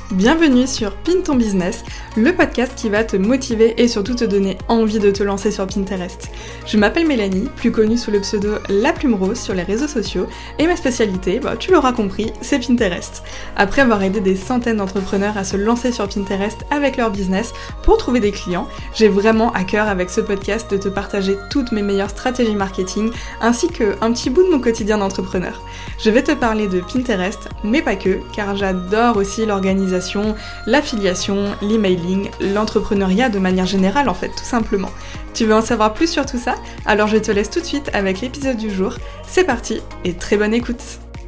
Bienvenue sur Pin ton business, le podcast qui va te motiver et surtout te donner envie de te lancer sur Pinterest. Je m'appelle Mélanie, plus connue sous le pseudo La Plume Rose sur les réseaux sociaux, et ma spécialité, tu l'auras compris, c'est Pinterest. Après avoir aidé des centaines d'entrepreneurs à se lancer sur Pinterest avec leur business pour trouver des clients, j'ai vraiment à cœur avec ce podcast de te partager toutes mes meilleures stratégies marketing ainsi qu'un petit bout de mon quotidien d'entrepreneur. Je vais te parler de Pinterest, mais pas que, car j'adore aussi l'organisation, l'affiliation, l'emailing, l'entrepreneuriat de manière générale en fait, tout simplement. Tu veux en savoir plus sur tout ça? Alors je te laisse tout de suite avec l'épisode du jour. C'est parti et très bonne écoute!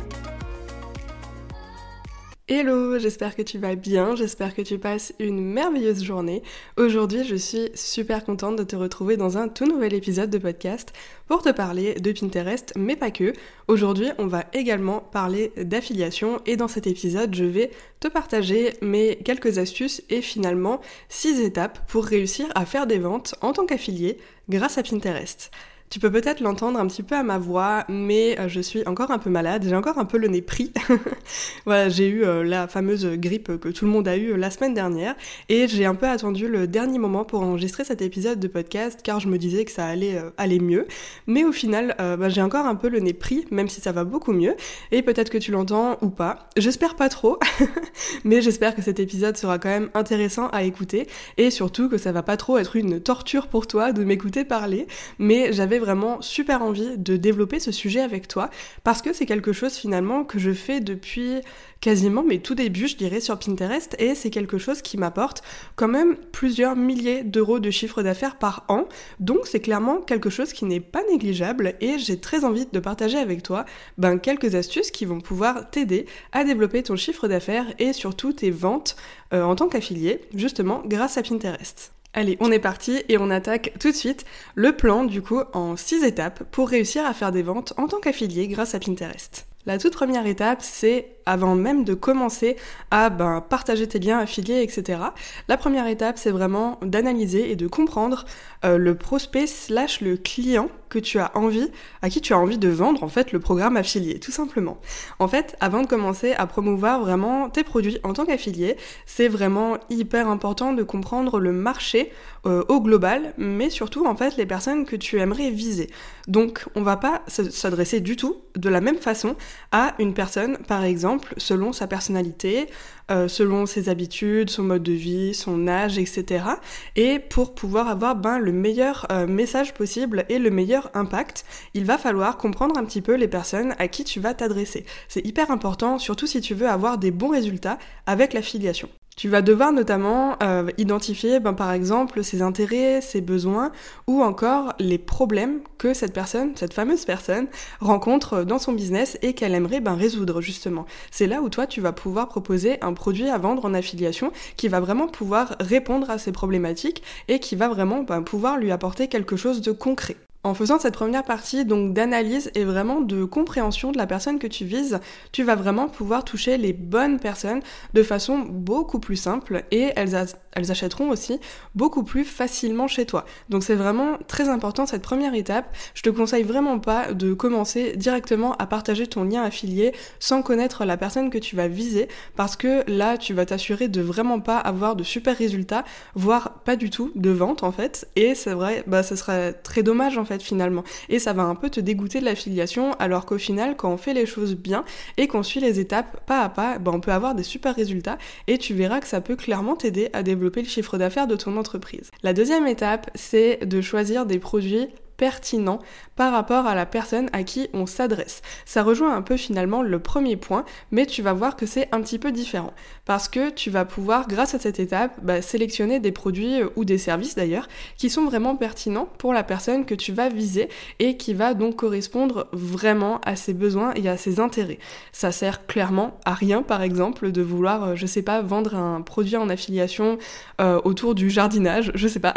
Hello, j'espère que tu vas bien, j'espère que tu passes une merveilleuse journée. Aujourd'hui, je suis super contente de te retrouver dans un tout nouvel épisode de podcast pour te parler de Pinterest, mais pas que. Aujourd'hui, on va également parler d'affiliation et dans cet épisode, je vais te partager mes quelques astuces et finalement 6 étapes pour réussir à faire des ventes en tant qu'affilié grâce à Pinterest. Tu peux peut-être l'entendre un petit peu à ma voix, mais je suis encore un peu malade, j'ai encore un peu le nez pris. Voilà, j'ai eu la fameuse grippe que tout le monde a eue la semaine dernière, et j'ai un peu attendu le dernier moment pour enregistrer cet épisode de podcast, car je me disais que ça allait aller mieux. Mais au final, j'ai encore un peu le nez pris, même si ça va beaucoup mieux, et peut-être que tu l'entends ou pas. J'espère pas trop, mais j'espère que cet épisode sera quand même intéressant à écouter, et surtout que ça va pas trop être une torture pour toi de m'écouter parler, mais j'avais vraiment super envie de développer ce sujet avec toi parce que c'est quelque chose finalement que je fais depuis quasiment mes tout débuts, je dirais, sur Pinterest, et c'est quelque chose qui m'apporte quand même plusieurs milliers d'euros de chiffre d'affaires par an, donc c'est clairement quelque chose qui n'est pas négligeable et j'ai très envie de partager avec toi quelques astuces qui vont pouvoir t'aider à développer ton chiffre d'affaires et surtout tes ventes en tant qu'affilié, justement grâce à Pinterest. Allez, on est parti et on attaque tout de suite le plan du coup en 6 étapes pour réussir à faire des ventes en tant qu'affilié grâce à Pinterest. La toute première étape, c'est avant même de commencer à partager tes liens affiliés, etc. La première étape, c'est vraiment d'analyser et de comprendre le prospect / le client que tu as envie, à qui tu as envie de vendre en fait le programme affilié, tout simplement. En fait, avant de commencer à promouvoir vraiment tes produits en tant qu'affilié, c'est vraiment hyper important de comprendre le marché au global, mais surtout en fait les personnes que tu aimerais viser. Donc, on va pas s'adresser du tout de la même façon à une personne, par exemple, selon sa personnalité, selon ses habitudes, son mode de vie, son âge, etc. Et pour pouvoir avoir le meilleur message possible et le meilleur impact, il va falloir comprendre un petit peu les personnes à qui tu vas t'adresser. C'est hyper important, surtout si tu veux avoir des bons résultats avec l'affiliation. Tu vas devoir notamment identifier par exemple ses intérêts, ses besoins ou encore les problèmes que cette fameuse personne rencontre dans son business et qu'elle aimerait résoudre justement. C'est là où toi tu vas pouvoir proposer un produit à vendre en affiliation qui va vraiment pouvoir répondre à ces problématiques et qui va vraiment pouvoir lui apporter quelque chose de concret. En faisant cette première partie donc d'analyse et vraiment de compréhension de la personne que tu vises, tu vas vraiment pouvoir toucher les bonnes personnes de façon beaucoup plus simple et elles achèteront aussi beaucoup plus facilement chez toi. Donc c'est vraiment très important cette première étape. Je te conseille vraiment pas de commencer directement à partager ton lien affilié sans connaître la personne que tu vas viser parce que là tu vas t'assurer de vraiment pas avoir de super résultats, voire pas du tout de vente en fait. Et c'est vrai, ce serait très dommage en fait finalement. Et ça va un peu te dégoûter de l'affiliation alors qu'au final quand on fait les choses bien et qu'on suit les étapes pas à pas, on peut avoir des super résultats et tu verras que ça peut clairement t'aider à développer le chiffre d'affaires de ton entreprise. La deuxième étape, c'est de choisir des produits pertinent par rapport à la personne à qui on s'adresse. Ça rejoint un peu finalement le premier point, mais tu vas voir que c'est un petit peu différent parce que tu vas pouvoir, grâce à cette étape, sélectionner des produits ou des services d'ailleurs qui sont vraiment pertinents pour la personne que tu vas viser et qui va donc correspondre vraiment à ses besoins et à ses intérêts. Ça sert clairement à rien par exemple de vouloir, vendre un produit en affiliation autour du jardinage, je sais pas,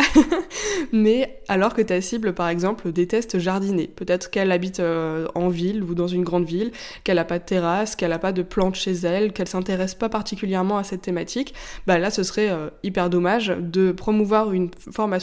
mais alors que ta cible par exemple déteste jardiner. Peut-être qu'elle habite en ville ou dans une grande ville, qu'elle n'a pas de terrasse, qu'elle n'a pas de plantes chez elle, qu'elle s'intéresse pas particulièrement à cette thématique. Là, ce serait hyper dommage de promouvoir une formation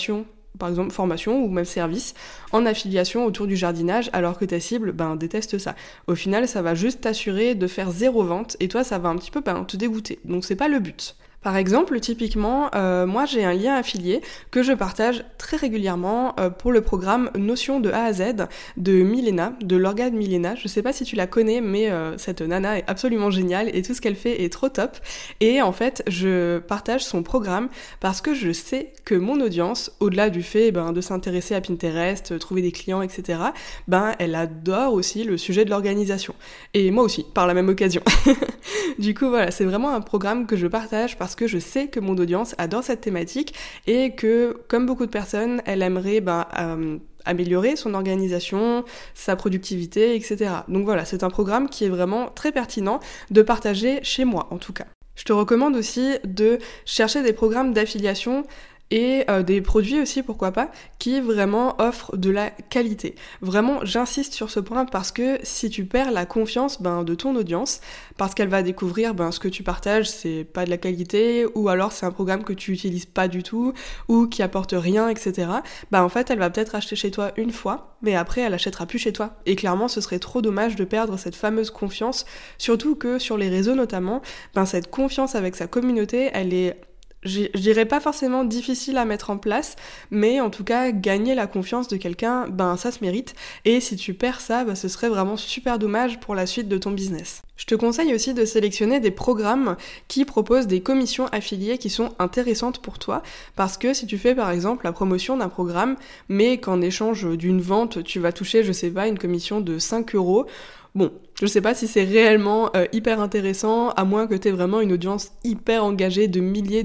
par exemple formation ou même service en affiliation autour du jardinage, alors que ta cible déteste ça. Au final, ça va juste t'assurer de faire 0 vente et toi ça va un petit peu te dégoûter. Donc c'est pas le but. Par exemple, typiquement, moi j'ai un lien affilié que je partage très régulièrement pour le programme Notion de A à Z de Milena, de l'organe Milena. Je sais pas si tu la connais, mais cette nana est absolument géniale et tout ce qu'elle fait est trop top. Et en fait, je partage son programme parce que je sais que mon audience, au-delà du fait de s'intéresser à Pinterest, trouver des clients, etc., elle adore aussi le sujet de l'organisation. Et moi aussi, par la même occasion. Du coup, voilà, c'est vraiment un programme que je partage parce que je sais que mon audience adore cette thématique et que, comme beaucoup de personnes, elle aimerait améliorer son organisation, sa productivité, etc. Donc voilà, c'est un programme qui est vraiment très pertinent de partager chez moi, en tout cas. Je te recommande aussi de chercher des programmes d'affiliation et des produits aussi, pourquoi pas, qui vraiment offrent de la qualité. Vraiment, j'insiste sur ce point parce que si tu perds la confiance de ton audience, parce qu'elle va découvrir ce que tu partages, c'est pas de la qualité, ou alors c'est un programme que tu utilises pas du tout, ou qui apporte rien, etc., en fait, elle va peut-être acheter chez toi une fois, mais après, elle achètera plus chez toi. Et clairement, ce serait trop dommage de perdre cette fameuse confiance, surtout que sur les réseaux notamment, cette confiance avec sa communauté, elle est... Je dirais pas forcément difficile à mettre en place, mais en tout cas, gagner la confiance de quelqu'un, ça se mérite. Et si tu perds ça, ce serait vraiment super dommage pour la suite de ton business. Je te conseille aussi de sélectionner des programmes qui proposent des commissions affiliées qui sont intéressantes pour toi, parce que si tu fais par exemple la promotion d'un programme, mais qu'en échange d'une vente, tu vas toucher, je sais pas, une commission de 5€, bon, je sais pas si c'est réellement hyper intéressant, à moins que t'aies vraiment une audience hyper engagée de milliers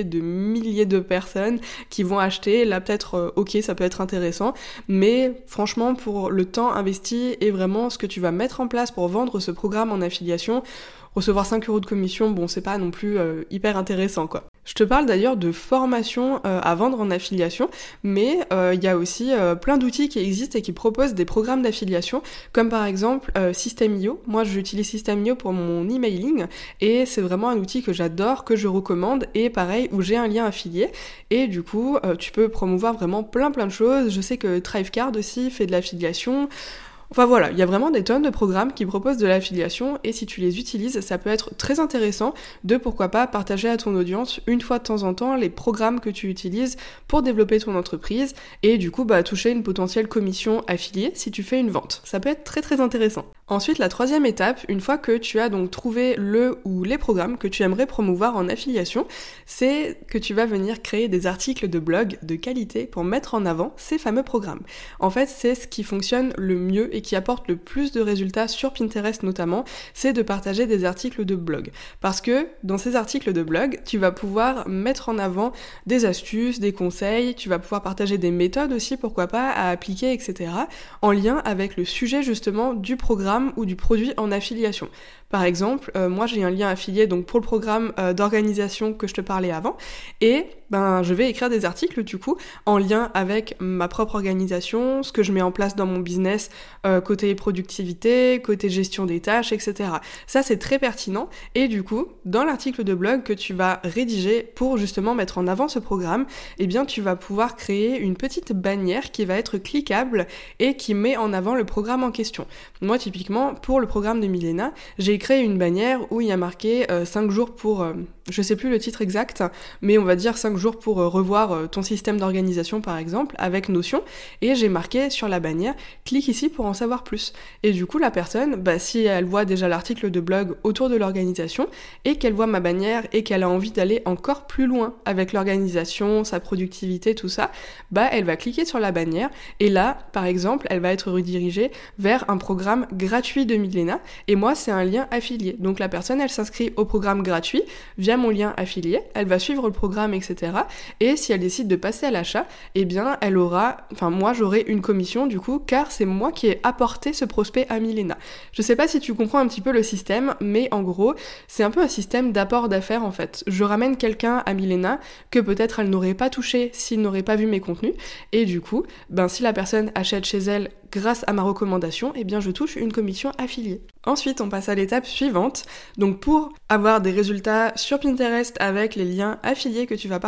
de personnes qui vont acheter. Là peut-être, ok, ça peut être intéressant, mais franchement pour le temps investi et vraiment ce que tu vas mettre en place pour vendre ce programme en affiliation, recevoir 5€ de commission, bon c'est pas non plus hyper intéressant quoi. Je te parle d'ailleurs de formation à vendre en affiliation, mais il y a aussi plein d'outils qui existent et qui proposent des programmes d'affiliation, comme par exemple System.io. Moi j'utilise System.io pour mon emailing et c'est vraiment un outil que j'adore, que je recommande et pareil où j'ai un lien affilié et du coup tu peux promouvoir vraiment plein de choses. Je sais que Thrivecart aussi fait de l'affiliation. Enfin voilà, il y a vraiment des tonnes de programmes qui proposent de l'affiliation et si tu les utilises, ça peut être très intéressant de pourquoi pas partager à ton audience une fois de temps en temps les programmes que tu utilises pour développer ton entreprise et du coup toucher une potentielle commission affiliée si tu fais une vente. Ça peut être très intéressant. Ensuite, la troisième étape, une fois que tu as donc trouvé le ou les programmes que tu aimerais promouvoir en affiliation, c'est que tu vas venir créer des articles de blog de qualité pour mettre en avant ces fameux programmes. En fait, c'est ce qui fonctionne le mieux et qui apporte le plus de résultats sur Pinterest notamment, c'est de partager des articles de blog. Parce que dans ces articles de blog, tu vas pouvoir mettre en avant des astuces, des conseils, tu vas pouvoir partager des méthodes aussi, pourquoi pas, à appliquer, etc. en lien avec le sujet justement du programme ou du produit en affiliation. Par exemple, moi j'ai un lien affilié donc pour le programme d'organisation que je te parlais avant et je vais écrire des articles du coup en lien avec ma propre organisation, ce que je mets en place dans mon business côté productivité, côté gestion des tâches, etc. Ça c'est très pertinent et du coup dans l'article de blog que tu vas rédiger pour justement mettre en avant ce programme, tu vas pouvoir créer une petite bannière qui va être cliquable et qui met en avant le programme en question. Moi typiquement pour le programme de Milena, j'ai créé une bannière où il y a marqué 5 jours pour, je sais plus le titre exact, mais on va dire 5 jours pour revoir ton système d'organisation par exemple, avec Notion, et j'ai marqué sur la bannière, clique ici pour en savoir plus. Et du coup la personne, si elle voit déjà l'article de blog autour de l'organisation, et qu'elle voit ma bannière, et qu'elle a envie d'aller encore plus loin avec l'organisation, sa productivité, tout ça, elle va cliquer sur la bannière, et là, par exemple, elle va être redirigée vers un programme gratuit de Milena, et moi c'est un lien affilié. Donc la personne, elle s'inscrit au programme gratuit via mon lien affilié, elle va suivre le programme, etc. Et si elle décide de passer à l'achat, elle aura, moi j'aurai une commission du coup, car c'est moi qui ai apporté ce prospect à Milena. Je sais pas si tu comprends un petit peu le système, mais en gros, c'est un peu un système d'apport d'affaires en fait. Je ramène quelqu'un à Milena que peut-être elle n'aurait pas touché s'il n'aurait pas vu mes contenus, et du coup, si la personne achète chez elle grâce à ma recommandation, je touche une commission affiliée. Ensuite, on passe à l'étape suivante. Donc pour avoir des résultats sur Pinterest avec les liens affiliés que tu vas partager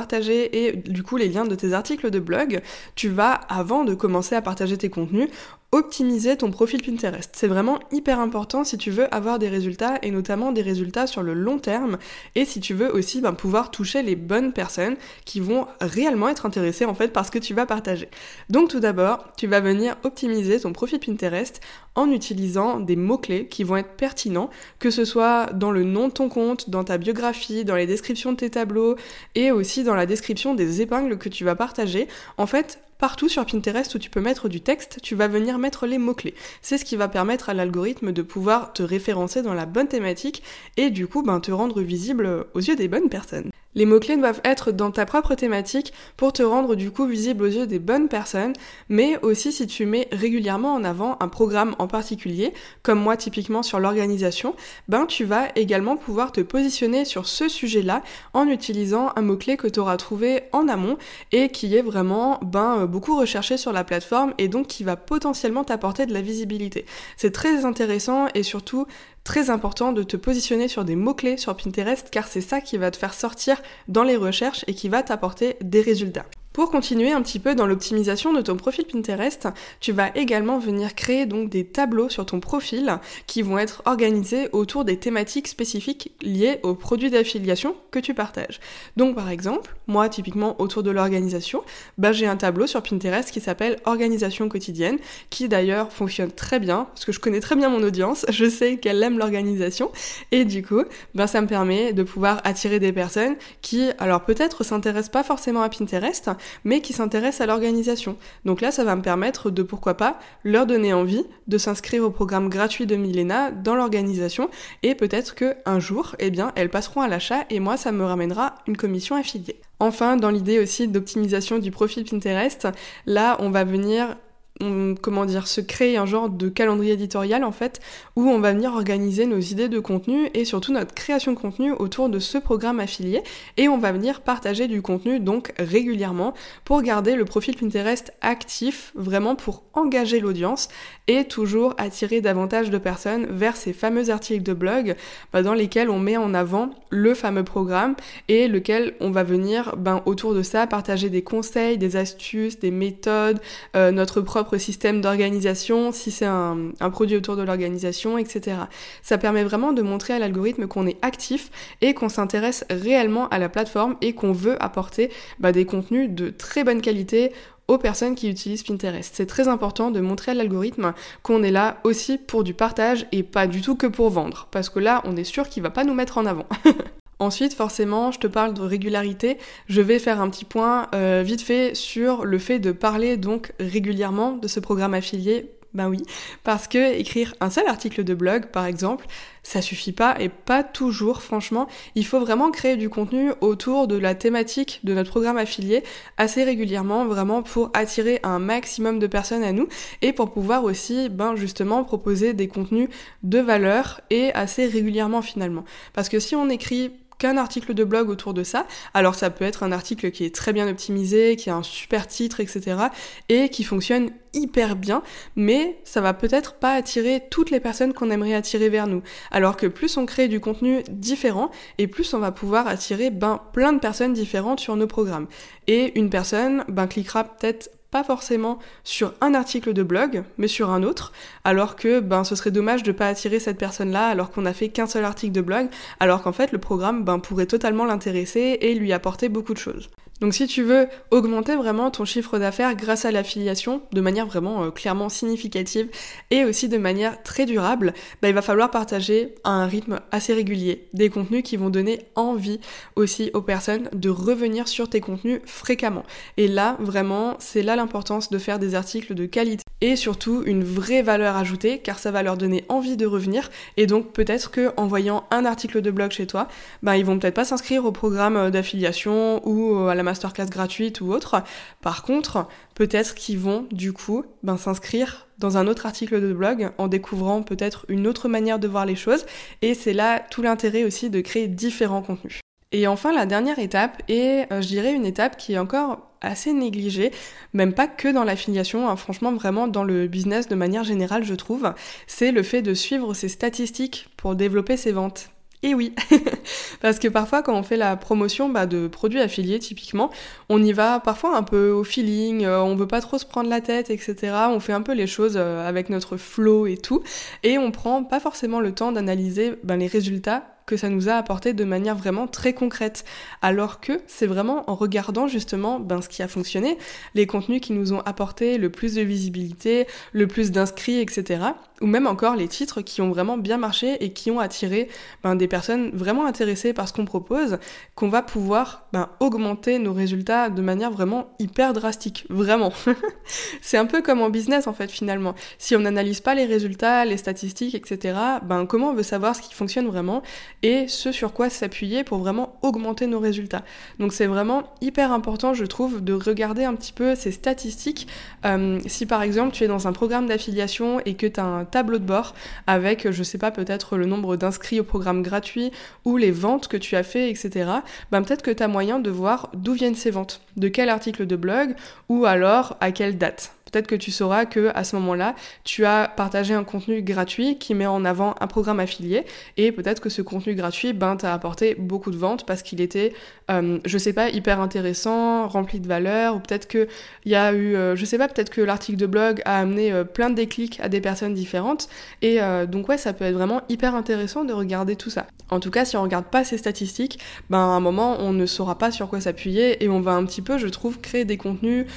partager et du coup les liens de tes articles de blog, tu vas, avant de commencer à partager tes contenus, optimiser ton profil Pinterest. C'est vraiment hyper important si tu veux avoir des résultats et notamment des résultats sur le long terme et si tu veux aussi pouvoir toucher les bonnes personnes qui vont réellement être intéressées en fait par ce que tu vas partager. Donc tout d'abord, tu vas venir optimiser ton profil Pinterest en utilisant des mots-clés qui vont être pertinents, que ce soit dans le nom de ton compte, dans ta biographie, dans les descriptions de tes tableaux et aussi dans la description des épingles que tu vas partager. En fait, partout sur Pinterest où tu peux mettre du texte, tu vas venir mettre les mots-clés. C'est ce qui va permettre à l'algorithme de pouvoir te référencer dans la bonne thématique et du coup te rendre visible aux yeux des bonnes personnes. Les mots-clés doivent être dans ta propre thématique pour te rendre du coup visible aux yeux des bonnes personnes, mais aussi si tu mets régulièrement en avant un programme en particulier, comme moi typiquement sur l'organisation, tu vas également pouvoir te positionner sur ce sujet-là en utilisant un mot-clé que tu auras trouvé en amont et qui est vraiment beaucoup recherché sur la plateforme et donc qui va potentiellement t'apporter de la visibilité. C'est très intéressant et surtout très important de te positionner sur des mots-clés sur Pinterest car c'est ça qui va te faire sortir dans les recherches et qui va t'apporter des résultats. Pour continuer un petit peu dans l'optimisation de ton profil Pinterest, tu vas également venir créer donc des tableaux sur ton profil qui vont être organisés autour des thématiques spécifiques liées aux produits d'affiliation que tu partages. Donc par exemple, moi typiquement autour de l'organisation, j'ai un tableau sur Pinterest qui s'appelle Organisation quotidienne, qui d'ailleurs fonctionne très bien, parce que je connais très bien mon audience, je sais qu'elle aime l'organisation, et du coup, ça me permet de pouvoir attirer des personnes qui, alors peut-être s'intéressent pas forcément à Pinterest, mais qui s'intéressent à l'organisation. Donc là, ça va me permettre de, pourquoi pas, leur donner envie de s'inscrire au programme gratuit de Milena dans l'organisation et peut-être qu'un jour, elles passeront à l'achat et moi, ça me ramènera une commission affiliée. Enfin, dans l'idée aussi d'optimisation du profil Pinterest, là, on va venir se créer un genre de calendrier éditorial en fait où on va venir organiser nos idées de contenu et surtout notre création de contenu autour de ce programme affilié et on va venir partager du contenu donc régulièrement pour garder le profil Pinterest actif, vraiment pour engager l'audience et toujours attirer davantage de personnes vers ces fameux articles de blog dans lesquels on met en avant le fameux programme et lequel on va venir autour de ça partager des conseils, des astuces, des méthodes, notre propre système d'organisation, si c'est un produit autour de l'organisation, etc. Ça permet vraiment de montrer à l'algorithme qu'on est actif et qu'on s'intéresse réellement à la plateforme et qu'on veut apporter des contenus de très bonne qualité aux personnes qui utilisent Pinterest. C'est très important de montrer à l'algorithme qu'on est là aussi pour du partage et pas du tout que pour vendre, parce que là, on est sûr qu'il va pas nous mettre en avant. Ensuite, forcément, je te parle de régularité. Je vais faire un petit point vite fait sur le fait de parler donc régulièrement de ce programme affilié. Oui, parce que écrire un seul article de blog, par exemple, ça suffit pas et pas toujours, franchement. Il faut vraiment créer du contenu autour de la thématique de notre programme affilié assez régulièrement, vraiment pour attirer un maximum de personnes à nous et pour pouvoir aussi, justement, proposer des contenus de valeur et assez régulièrement finalement. Parce que si on écrit qu'un article de blog autour de ça, alors ça peut être un article qui est très bien optimisé, qui a un super titre, etc. et qui fonctionne hyper bien, mais ça va peut-être pas attirer toutes les personnes qu'on aimerait attirer vers nous. Alors que plus on crée du contenu différent, et plus on va pouvoir attirer plein de personnes différentes sur nos programmes. Et une personne cliquera peut-être pas forcément sur un article de blog, mais sur un autre, alors que ce serait dommage de pas attirer cette personne-là alors qu'on a fait qu'un seul article de blog, alors qu'en fait le programme pourrait totalement l'intéresser et lui apporter beaucoup de choses. Donc si tu veux augmenter vraiment ton chiffre d'affaires grâce à l'affiliation de manière vraiment clairement significative et aussi de manière très durable, il va falloir partager à un rythme assez régulier des contenus qui vont donner envie aussi aux personnes de revenir sur tes contenus fréquemment. Et là, vraiment, c'est là l'importance de faire des articles de qualité et surtout une vraie valeur ajoutée car ça va leur donner envie de revenir et donc peut-être qu'en voyant un article de blog chez toi, ils vont peut-être pas s'inscrire au programme d'affiliation ou à la masterclass gratuite ou autre. Par contre, peut-être qu'ils vont du coup s'inscrire dans un autre article de blog en découvrant peut-être une autre manière de voir les choses et c'est là tout l'intérêt aussi de créer différents contenus. Et enfin, la dernière étape est, je dirais, une étape qui est encore assez négligée, même pas que dans l'affiliation, franchement vraiment dans le business de manière générale je trouve, c'est le fait de suivre ses statistiques pour développer ses ventes. Et oui, parce que parfois quand on fait la promotion de produits affiliés typiquement, on y va parfois un peu au feeling, on veut pas trop se prendre la tête, etc. On fait un peu les choses avec notre flow et tout, et on prend pas forcément le temps d'analyser les résultats que ça nous a apporté de manière vraiment très concrète. Alors que c'est vraiment en regardant justement ce qui a fonctionné, les contenus qui nous ont apporté le plus de visibilité, le plus d'inscrits, etc. Ou même encore les titres qui ont vraiment bien marché et qui ont attiré des personnes vraiment intéressées par ce qu'on propose, qu'on va pouvoir augmenter nos résultats de manière vraiment hyper drastique, vraiment. C'est un peu comme en business en fait finalement. Si on n'analyse pas les résultats, les statistiques, etc., comment on veut savoir ce qui fonctionne vraiment et ce sur quoi s'appuyer pour vraiment augmenter nos résultats. Donc c'est vraiment hyper important, je trouve, de regarder un petit peu ces statistiques. Si par exemple tu es dans un programme d'affiliation et que tu as un tableau de bord avec, je sais pas, peut-être le nombre d'inscrits au programme gratuit ou les ventes que tu as fait, etc., peut-être que tu as moyen de voir d'où viennent ces ventes, de quel article de blog ou alors à quelle date. Peut-être que tu sauras que à ce moment-là, tu as partagé un contenu gratuit qui met en avant un programme affilié et peut-être que ce contenu gratuit t'a apporté beaucoup de ventes parce qu'il était, je sais pas, hyper intéressant, rempli de valeur, ou peut-être que il y a eu, je sais pas, peut-être que l'article de blog a amené plein de déclics à des personnes différentes et donc ouais, ça peut être vraiment hyper intéressant de regarder tout ça. En tout cas, si on regarde pas ces statistiques, à un moment, on ne saura pas sur quoi s'appuyer et on va un petit peu, je trouve, créer des contenus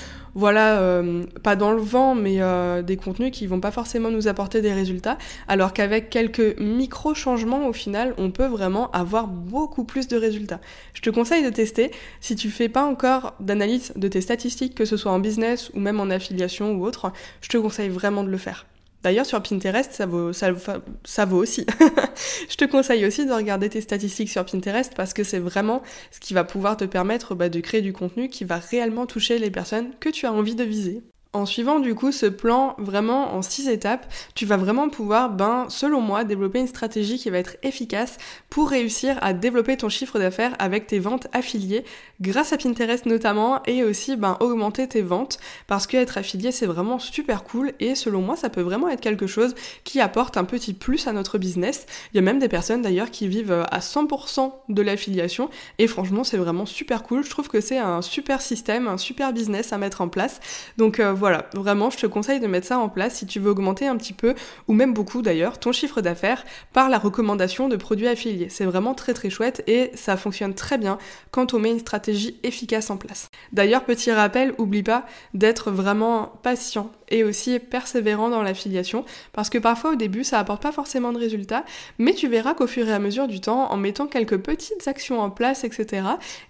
pas dans le vent, mais des contenus qui vont pas forcément nous apporter des résultats, alors qu'avec quelques micro-changements, au final, on peut vraiment avoir beaucoup plus de résultats. Je te conseille de tester. Si tu fais pas encore d'analyse de tes statistiques, que ce soit en business ou même en affiliation ou autre, je te conseille vraiment de le faire. D'ailleurs, sur Pinterest, ça vaut aussi. Je te conseille aussi de regarder tes statistiques sur Pinterest parce que c'est vraiment ce qui va pouvoir te permettre de créer du contenu qui va réellement toucher les personnes que tu as envie de viser. En suivant du coup ce plan vraiment en 6 étapes, tu vas vraiment pouvoir, selon moi, développer une stratégie qui va être efficace pour réussir à développer ton chiffre d'affaires avec tes ventes affiliées grâce à Pinterest notamment et aussi augmenter tes ventes parce qu'être affilié c'est vraiment super cool et selon moi ça peut vraiment être quelque chose qui apporte un petit plus à notre business. Il y a même des personnes d'ailleurs qui vivent à 100% de l'affiliation et franchement c'est vraiment super cool. Je trouve que c'est un super système, un super business à mettre en place. Donc voilà, vraiment, je te conseille de mettre ça en place si tu veux augmenter un petit peu, ou même beaucoup d'ailleurs, ton chiffre d'affaires par la recommandation de produits affiliés. C'est vraiment très très chouette et ça fonctionne très bien quand on met une stratégie efficace en place. D'ailleurs, petit rappel, oublie pas d'être vraiment patient et aussi persévérant dans l'affiliation parce que parfois au début ça apporte pas forcément de résultats, mais tu verras qu'au fur et à mesure du temps, en mettant quelques petites actions en place, etc.,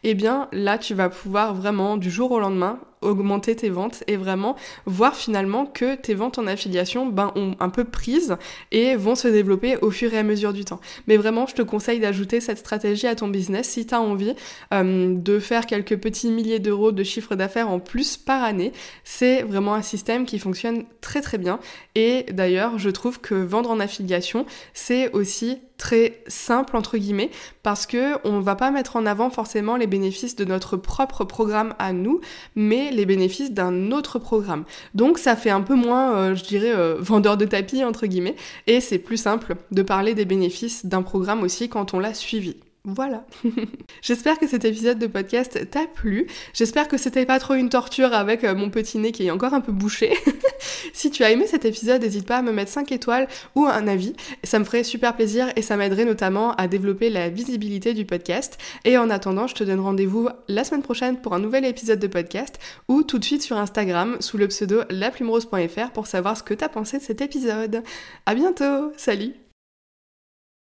là tu vas pouvoir vraiment du jour au lendemain augmenter tes ventes et vraiment voir finalement que tes ventes en affiliation ont un peu prise et vont se développer au fur et à mesure du temps. Mais vraiment, je te conseille d'ajouter cette stratégie à ton business si tu as envie de faire quelques petits milliers d'euros de chiffre d'affaires en plus par année. C'est vraiment un système qui fonctionne très très bien et d'ailleurs, je trouve que vendre en affiliation, c'est aussi très simple entre guillemets parce que on va pas mettre en avant forcément les bénéfices de notre propre programme à nous, mais les bénéfices d'un autre programme. Donc ça fait un peu moins, vendeur de tapis entre guillemets, et c'est plus simple de parler des bénéfices d'un programme aussi quand on l'a suivi. Voilà. J'espère que cet épisode de podcast t'a plu. J'espère que c'était pas trop une torture avec mon petit nez qui est encore un peu bouché. Si tu as aimé cet épisode, n'hésite pas à me mettre 5 étoiles ou un avis. Ça me ferait super plaisir et ça m'aiderait notamment à développer la visibilité du podcast. Et en attendant, je te donne rendez-vous la semaine prochaine pour un nouvel épisode de podcast ou tout de suite sur Instagram sous le pseudo laplumerose.fr pour savoir ce que t'as pensé de cet épisode. À bientôt. Salut.